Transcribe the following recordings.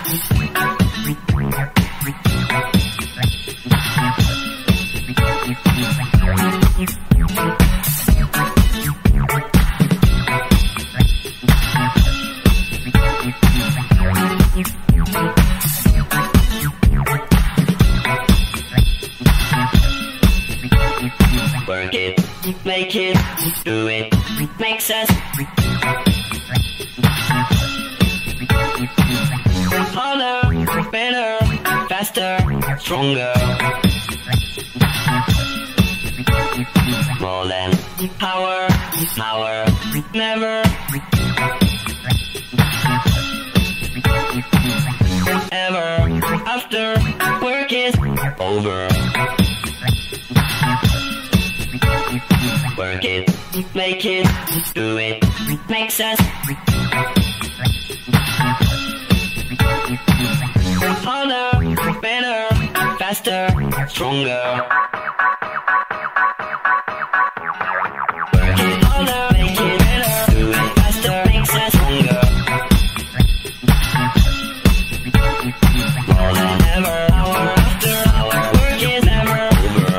Work it, make it, do it, makes us harder, better, faster, stronger. More than power, power, never, ever, after work is over. Work it, make it, do it, makes us harder, better, faster, stronger. Work it harder, make it better, do it faster, makes us stronger. More than ever, hour after hour, work is never over.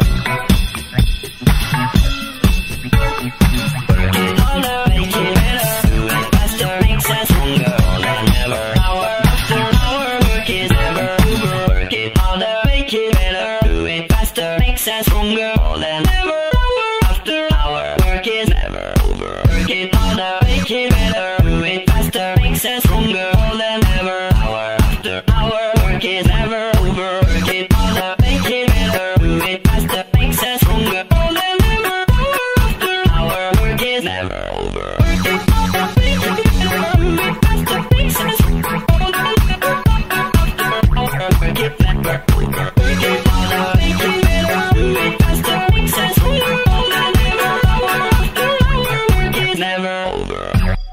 Work it harder, make it better, do it faster, makes us stronger. More than ever, hour after hour, work is never over. Work it harder, make it better, do it faster, makes us stronger. More than ever, hour after hour, work is never over. Work it harder, make it better, do it faster, makes us stronger. More than ever, hour after hour, work is never over. Work it harder, make it better, do it faster, makes us stronger. More than ever, hour after hour, work is never over. Work it harder, make it better, do it faster, makes us stronger. More than ever, hour after hour, work is never over. Work it harder, make it better, do it faster, makes us stronger. More than ever, hour after hour, work is never over.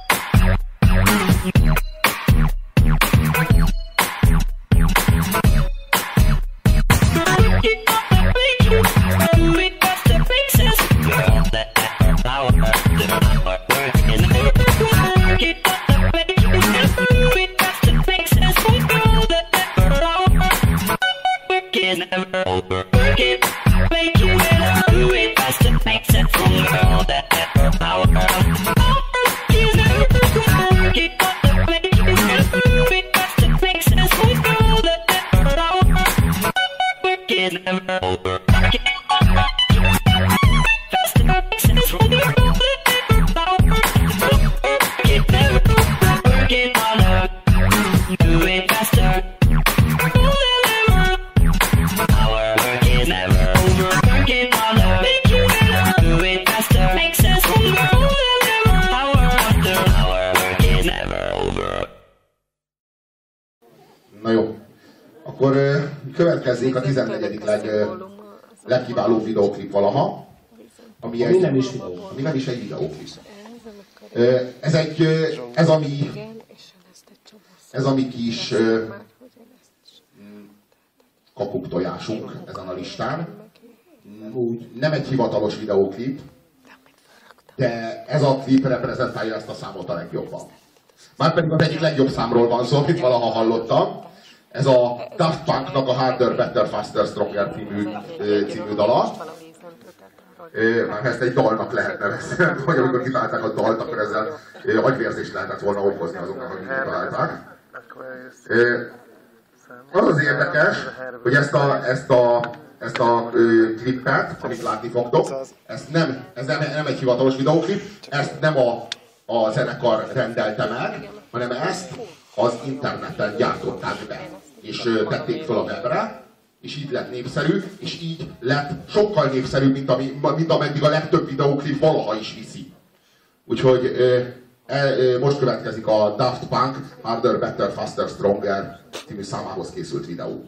Never over. Work it, make it better, do it faster, makes it stronger. All that ever power. Work it never over. Work it faster, make it better, do it faster, makes it stronger. All that ever power. Work it never over. Work it faster, makes it stronger. All that ever power. Work it never over. Work it harder, do it faster. Na jó, akkor következzék a 14. legkiválóbb videóklip valaha, ami nem is egy videóklip. Ez a mi kis kakuktojásunk ezen a listán. Nem egy hivatalos videóklip, de ez a klip reprezentálja ezt a számot a legjobban. Márpedig az egyik legjobb számról van szó, amit valaha hallottam. Ez a Daft Punknak a Harder, Better, Faster, Stronger című dala. Már ezt egy dalnak lehet nevezni, hogy amikor kitalálták a dalt, akkor ezzel agyvérzést lehetett volna okozni azoknak, akik kitalálták. Az az érdekes, hogy ezt a klippet, amit látni fogtok, ez nem egy hivatalos videóklip, ezt nem a zenekar rendelte meg, hanem ezt az interneten gyártották be. És tették fel a webre, és így lett népszerű, és így lett sokkal népszerűbb, mint ameddig a legtöbb videóklip valaha is viszi. Úgyhogy most következik a Daft Punk Harder, Better, Faster, Stronger című számához készült videó.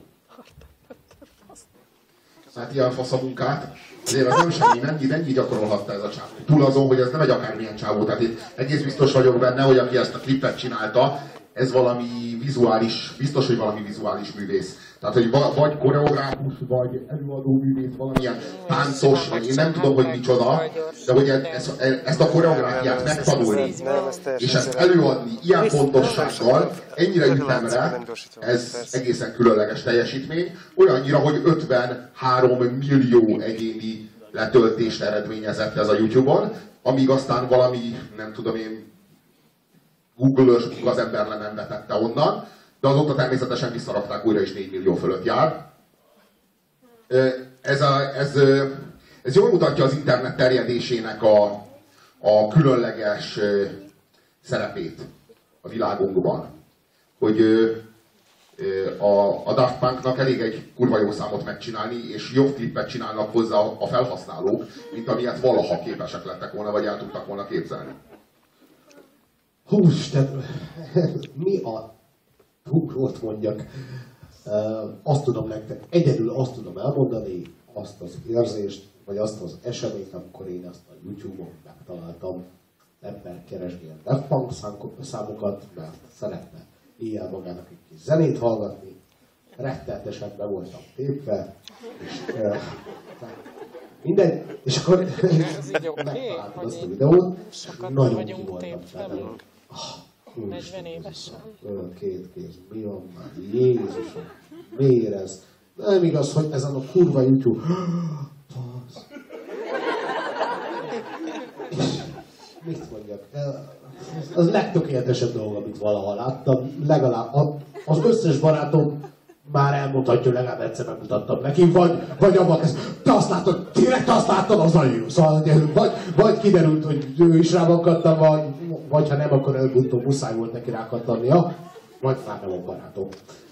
Hát ilyen fasz a munkát. Azért az nem semmi, mennyi gyakorolhatta ez a csávó. Túl azon, hogy ez nem egy akármilyen csávó. Tehát én egész biztos vagyok benne, hogy aki ezt a klippet csinálta, ez valami vizuális, biztos, hogy valami vizuális művész. Tehát, hogy vagy koreográfus, vagy előadó művész, valamilyen táncos, vagy én nem tudom, hogy micsoda, de hogy ezt a koreográfiát megtanulni, és ezt előadni ilyen pontossággal, ennyire ütemre, ez egészen különleges teljesítmény, olyannyira, hogy 53 millió egyéni letöltést eredményezett ez a YouTube-on, amíg aztán valami, nem tudom én, Google-ös az ember nem vetette onnan, de azóta természetesen visszarakták újra, és 4 millió fölött jár. Ez jól mutatja az internet terjedésének a különleges szerepét a világunkban. Hogy a Daft Punknak elég egy kurva jó számot megcsinálni, és jobb klippet csinálnak hozzá a felhasználók, mint amilyet valaha képesek lettek volna, vagy el tudtak volna képzelni. Hústen, mi a húkrót mondjak? Azt tudom nektek, egyedül azt tudom elmondani, azt az érzést, vagy azt az eseményt, amikor én azt a YouTube-on megtaláltam, ember keresgél Daft Punk számokat, mert szeretne éjjel magának egy kis zenét hallgatni, rettenetesen be voltam tépve, és mindegy, és akkor megtaláltam azt a videót, és nagyon ki voltam benne. 40 évesen. Két kéz, mi van már? Jézusom, miért ez? Nem igaz, hogy ezen a kurva YouTube. És mit mondjak? Az legtökéletesebb dolog, amit valaha láttam. Legalább az összes barátom már elmondhatja, legalább egyszer megmutattam neki, vagy abban kezd, te azt látod, tényleg te azt láttad, az nagyon jó. Szóval, vagy kiderült, hogy ő is rákattam, vagy ha nem, akkor előbb-utóbb muszáj volt neki rákattannia, vagy már nem a barátom.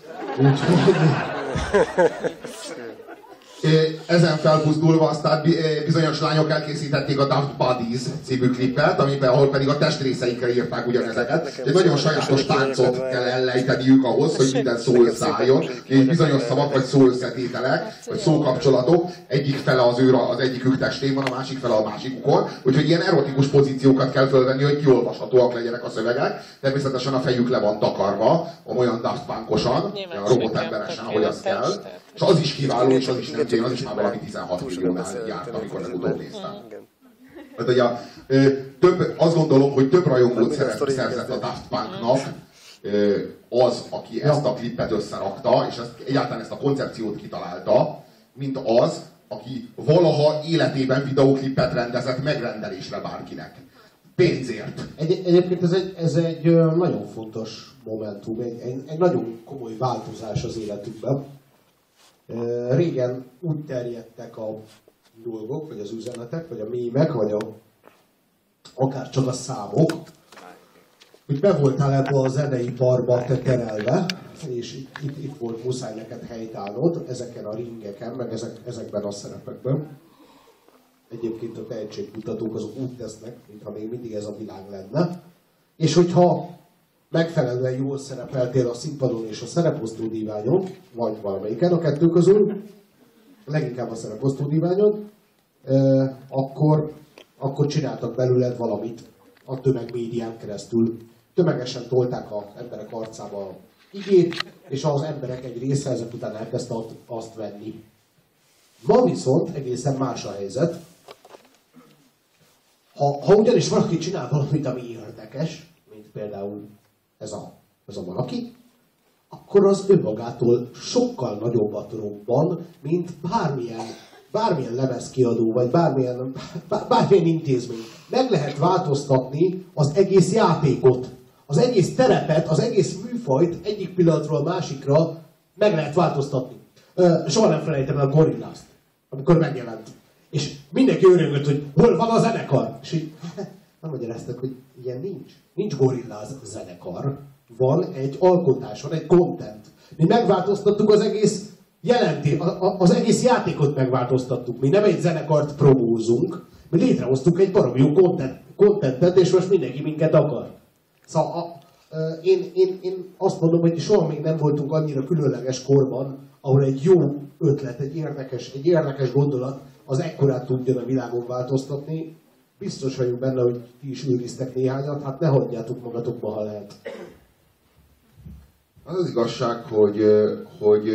Ezen felbuzdulva aztán bizonyos lányok elkészítették a Daft Buddies című klippet, ahol pedig a testrészeikre írták ugyanezeket. Egy nagyon sajátos táncot kell ellejteniük ahhoz, hogy minden szó összeálljon. Bizonyos szavak, vagy szó összetételek, vagy szókapcsolatok, egyik fele az egyikük testén van, a másik fele a másikukon. Úgyhogy ilyen erotikus pozíciókat kell fölvenni, hogy kiolvashatóak legyenek a szövegek. Természetesen a fejük le van takarva, olyan Daft Punkosan, olyan robotemberesen, ahogy az kell. És az is kiváló, és az is nem tényleg, az is már valami 16 milliónál járt, amikor legutóbb néztem. Tehát, ugye, azt gondolom, hogy több rajongót szerzett a Daft Punknak az, aki ezt a klippet összerakta, és egyáltalán ezt a koncepciót kitalálta, mint az, aki valaha életében videóklippet rendezett megrendelésre bárkinek. Pénzért. Egyébként ez egy nagyon fontos momentum, egy nagyon komoly változás az életükben. Régen úgy terjedtek a dolgok, vagy az üzenetek, vagy a mémek, vagy akár csak a számok, hogy be voltál ebbe a zeneiparba te terelve, és itt volt muszáj neked helytállnod ezeken a ringeken, meg ezekben a szerepekben. Egyébként a tehetségkutatók azok úgy tesznek, mintha még mindig ez a világ lenne. És hogyha megfelelően jól szerepeltél a színpadon és a szereposztó díványon, vagy valamelyiken a kettő közül, leginkább a szereposztó díványon, akkor csináltak belőled valamit a tömegmédián keresztül. Tömegesen tolták az emberek arcába igét, és az emberek egy része ezek után elkezdte azt venni. Ma viszont egészen más a helyzet. Ha ugyanis valaki csinál valamit, ami érdekes, mint például ez a valaki, akkor az önmagától sokkal nagyobbat robban, mint bármilyen lemezkiadó, vagy bármilyen intézmény. Meg lehet változtatni az egész játékot, az egész terepet, az egész műfajt egyik pillanatról a másikra meg lehet változtatni. Soha nem felejtem el a Gorillast, amikor megjelent. És mindenki örömött, hogy hol van a zenekar. És így nem magyaráztak, hogy ilyen nincs. Nincs Gorillaz zenekar. Van egy alkotás, van egy content. Mi megváltoztattuk az egész az egész játékot megváltoztattuk. Mi nem egy zenekart promózunk, mi létrehoztuk egy baromi jó contentet, és most mindenki minket akar. Szóval én azt mondom, hogy soha még nem voltunk annyira különleges korban, ahol egy jó ötlet, egy érdekes gondolat az ekkorát tudjon a világon változtatni. Biztos vagyok benne, hogy ti is őriztek néhányat, hát ne hagyjátok magatokba, ha lehet. Az az igazság, hogy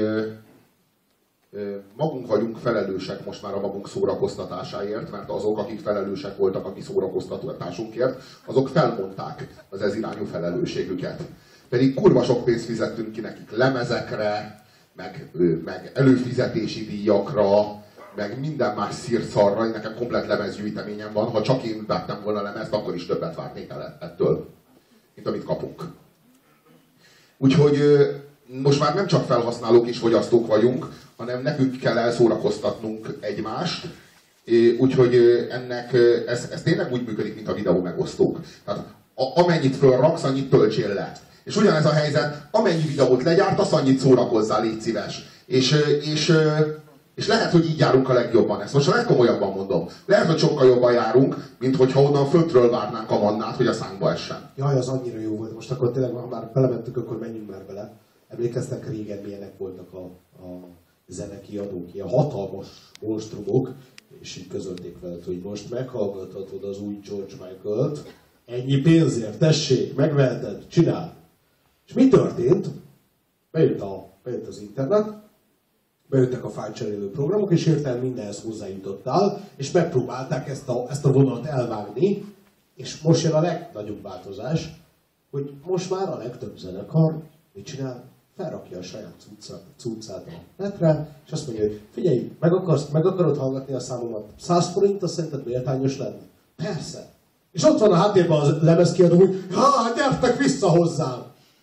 magunk vagyunk felelősek most már a magunk szórakoztatásáért, mert azok, akik felelősek voltak a mi szórakoztatásunkért, azok felmondták az ez irányú felelősségüket. Pedig kurva sok pénzt fizettünk ki nekik lemezekre, meg előfizetési díjakra, meg minden más szírszarra. Nekem komplet lemezgyűjteményem van. Ha csak én vettem volna lemezt, akkor is többet várnék el ettől, mint amit kapunk. Úgyhogy most már nem csak felhasználók és fogyasztók vagyunk, hanem nekünk kell elszórakoztatnunk egymást. Úgyhogy ez tényleg úgy működik, mint a videó megosztók. Tehát amennyit fölraksz, annyit töltsél le. És ugyanez a helyzet, amennyi videót legyártasz, annyit szórakozzál, légy szíves. És lehet, hogy így járunk a legjobban. Ezt most a legkomolyabban mondom. Lehet, hogy sokkal jobban járunk, mint hogyha onnan föntről várnánk a mannát, hogy a szánkba essen. Jaj, az annyira jó volt. Most akkor tényleg, ha már belementünk, akkor menjünk már bele. Emlékeztek, régen milyenek voltak a zenekiadók, ilyen hatalmas monstrumok, és így közölték veled, hogy most meghallgathatod az új George Michael-t, ennyi pénzért, tessék, megveheted, csinál. És mi történt? Bejött az internet, bejöttek a fájlcserélő programok, és hirtelen mindenhez hozzájutottál, és megpróbálták ezt a vonalat elvágni, és most jön a legnagyobb változás, hogy most már a legtöbb zenekar mit csinál? Felrakja a saját cuccát a netre, és azt mondja, hogy figyelj, meg akarod hallgatni a számomat? 100 forint, azt szerinted méltányos lenni? Persze. És ott van a háttérben a lemezkiadó, hogy gyertek vissza hozzám!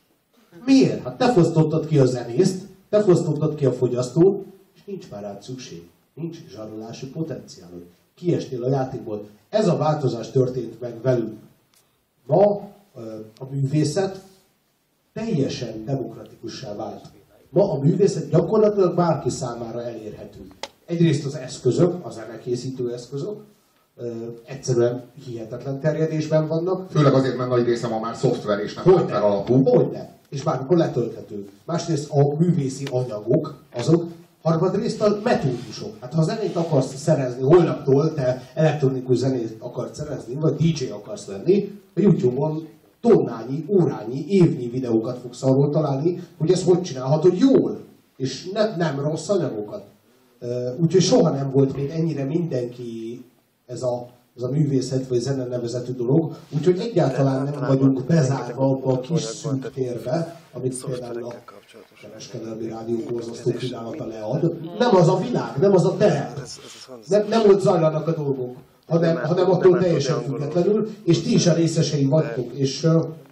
Miért? Hát te fosztottad ki a zenészt, te fosztottad ki a fogyasztót, és nincs már rád szükség. Nincs zsarolási potenciálod. Kiestél a játékból. Ez a változás történt meg velünk. Ma a művészet teljesen demokratikussá vált. Ma a művészet gyakorlatilag bárki számára elérhető. Egyrészt az eszközök, a zenekészítő eszközök, egyszerűen hihetetlen terjedésben vannak. Főleg azért, mert nagy része ma már szoftver és nem hardware alapú. Hogyne. És bármikor letölthető. Másrészt a művészi anyagok, azok, harmadrészt a metódusok. Hát ha zenét akarsz szerezni, holnaptól te elektronikus zenét akarsz szerezni, vagy DJ akarsz lenni, a YouTube-on tonnányi, órányi, évnyi videókat fogsz arról találni, hogy ezt hogy csinálhatod jól, és nem rossz anyagokat. Úgyhogy soha nem volt még ennyire mindenki ez a művészet vagy zene nevezetű dolog, úgyhogy egyáltalán nem vagyunk bezárva abba a kis szűk térbe, amit például a kereskedelmi rádió borzasztó kínálata lead. Nem az a világ, nem az a terep. Nem ott zajlanak a dolgok, hanem attól teljesen függetlenül, és ti is a részesei vagytok, és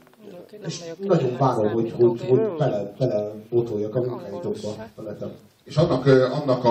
nagyon várom, hogy bele botoljak a munkáitokba a neten. És annak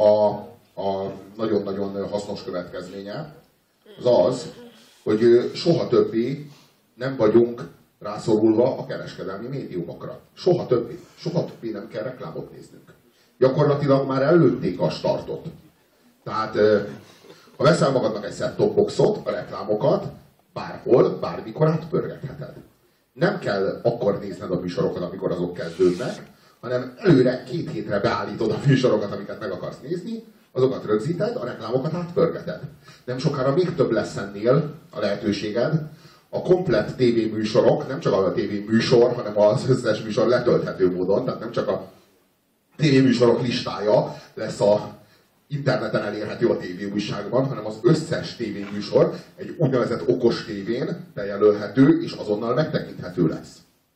a nagyon-nagyon hasznos következménye az, hogy soha többé nem vagyunk rászorulva a kereskedelmi médiumokra. Soha többé nem kell reklámot néznünk. Gyakorlatilag már előtték a startot. Tehát ha veszel magadnak egy set-top boxot, a reklámokat bárhol, bármikor átpörgetheted. Nem kell akkor nézned a műsorokat, amikor azok kezdődnek, hanem előre 2 hétre beállítod a műsorokat, amiket meg akarsz nézni, azokat rögzíted, a reklámokat átpörgeted. Nem sokára még több lesz ennél a lehetőséged. A komplett tévéműsorok, nem csak a tévéműsor, hanem az összes műsor letölthető módon, tehát nem csak a tévéműsorok listája lesz a interneten elérhető a tévéújságban, hanem az összes tévéműsor egy úgynevezett okos tévén bejelölhető és azonnal megtekinthető lesz.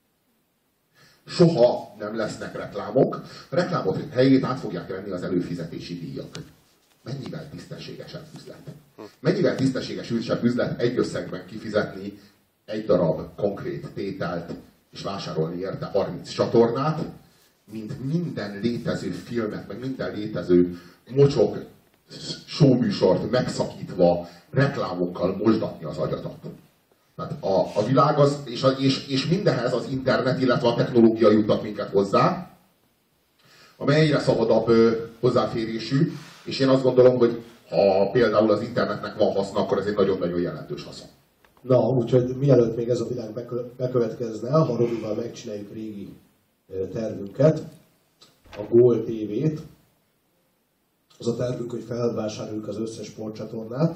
Soha nem lesznek reklámok. A reklámok helyét át fogják venni az előfizetési díjak. Mennyivel tisztességesebb üzlet? Mennyivel tisztességesebb üzlet egy összegben kifizetni egy darab konkrét tételt és vásárolni érte 30 csatornát, mint minden létező filmet, meg minden létező mocsok showműsort megszakítva reklámokkal mosdatni az agyadat. Tehát a világ az, és mindenhez az internet, illetve a technológia juttat minket hozzá, amely egyre szabadabb hozzáférésű, és én azt gondolom, hogy ha például az internetnek van haszna, akkor ez egy nagyon-nagyon jelentős haszon. Na, úgyhogy mielőtt még ez a világ bekövetkezne, ha Robival megcsináljuk régi tervünket, a Gól TV-t, az a tervünk, hogy felvásároljuk az összes sportcsatornát,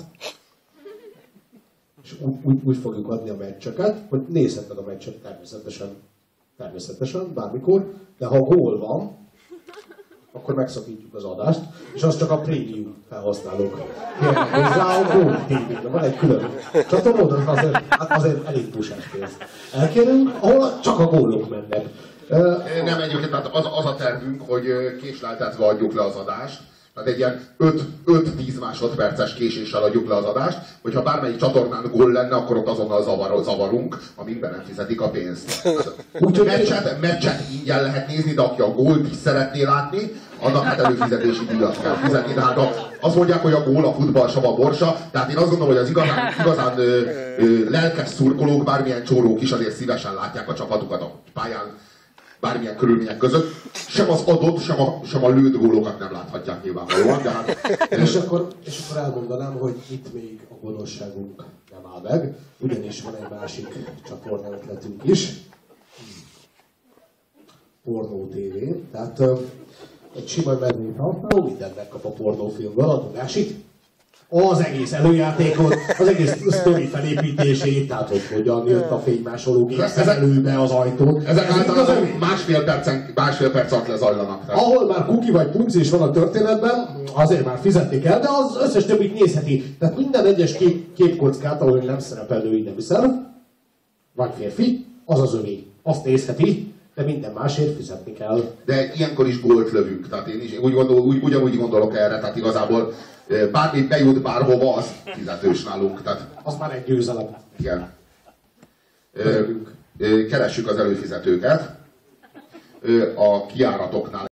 és úgy fogjuk adni a meccseket, hogy nézheted a meccset természetesen természetesen, bármikor, de ha gól van, akkor megszakítjuk az adást, és az csak a prémium felhasználók kérnek hozzá a Gól TV-re. Van egy külön csatornód, azért elég pusás pénz. Elkérünk, ahol csak a gólok mennek. Nem, egyébként tehát az a tervünk, hogy késleltetve adjuk le az adást. Tehát egy ilyen 5-10 másodperces késéssel adjuk le az adást, hogyha bármelyik csatornán gól lenne, akkor ott azonnal zavarunk, amíg nem fizetik a pénzt. Meccset ingyen lehet nézni, de aki a gólt is szeretné látni, annak hát előfizetési díjat kell fizetni. De hát azt mondják, hogy a gól a futball sava borsa, tehát én azt gondolom, hogy az igazán lelkes szurkolók, bármilyen csórók is azért szívesen látják a csapatukat a pályán, bármilyen körülmények között. Sem az adott, sem a lőtt gólokat nem láthatják nyilvánvalóan, de hát... És akkor elmondanám, hogy itt még a gonoszságunk nem áll meg, ugyanis van egy másik csatorna ötletünk is. Pornó TV, tehát egy sima medvét használó, mindent megkap a pornófilmből, a tudásit, az egész előjátékot, az egész sztori felépítését, tehát hogy hogyan jött a fénymásológép előbe az ajtón. Ezek általában másfél perc alatt lezajlanak. Ahol már kuki vagy punci is van a történetben, azért már fizetni kell, de az összes többit nézheti. Tehát minden egyes képkockát, ahol nem szerepel női neműszer, vagy férfi, az az övé. Azt nézheti, de minden másért fizetni kell. De ilyenkor is gólt lövünk. Tehát én is ugyanúgy gondolok erre, tehát igazából bármi bejut bárhova, az fizetős nálunk. Tehát, az már egy győzelem. Igen. Keressük az előfizetőket a kijáratoknál.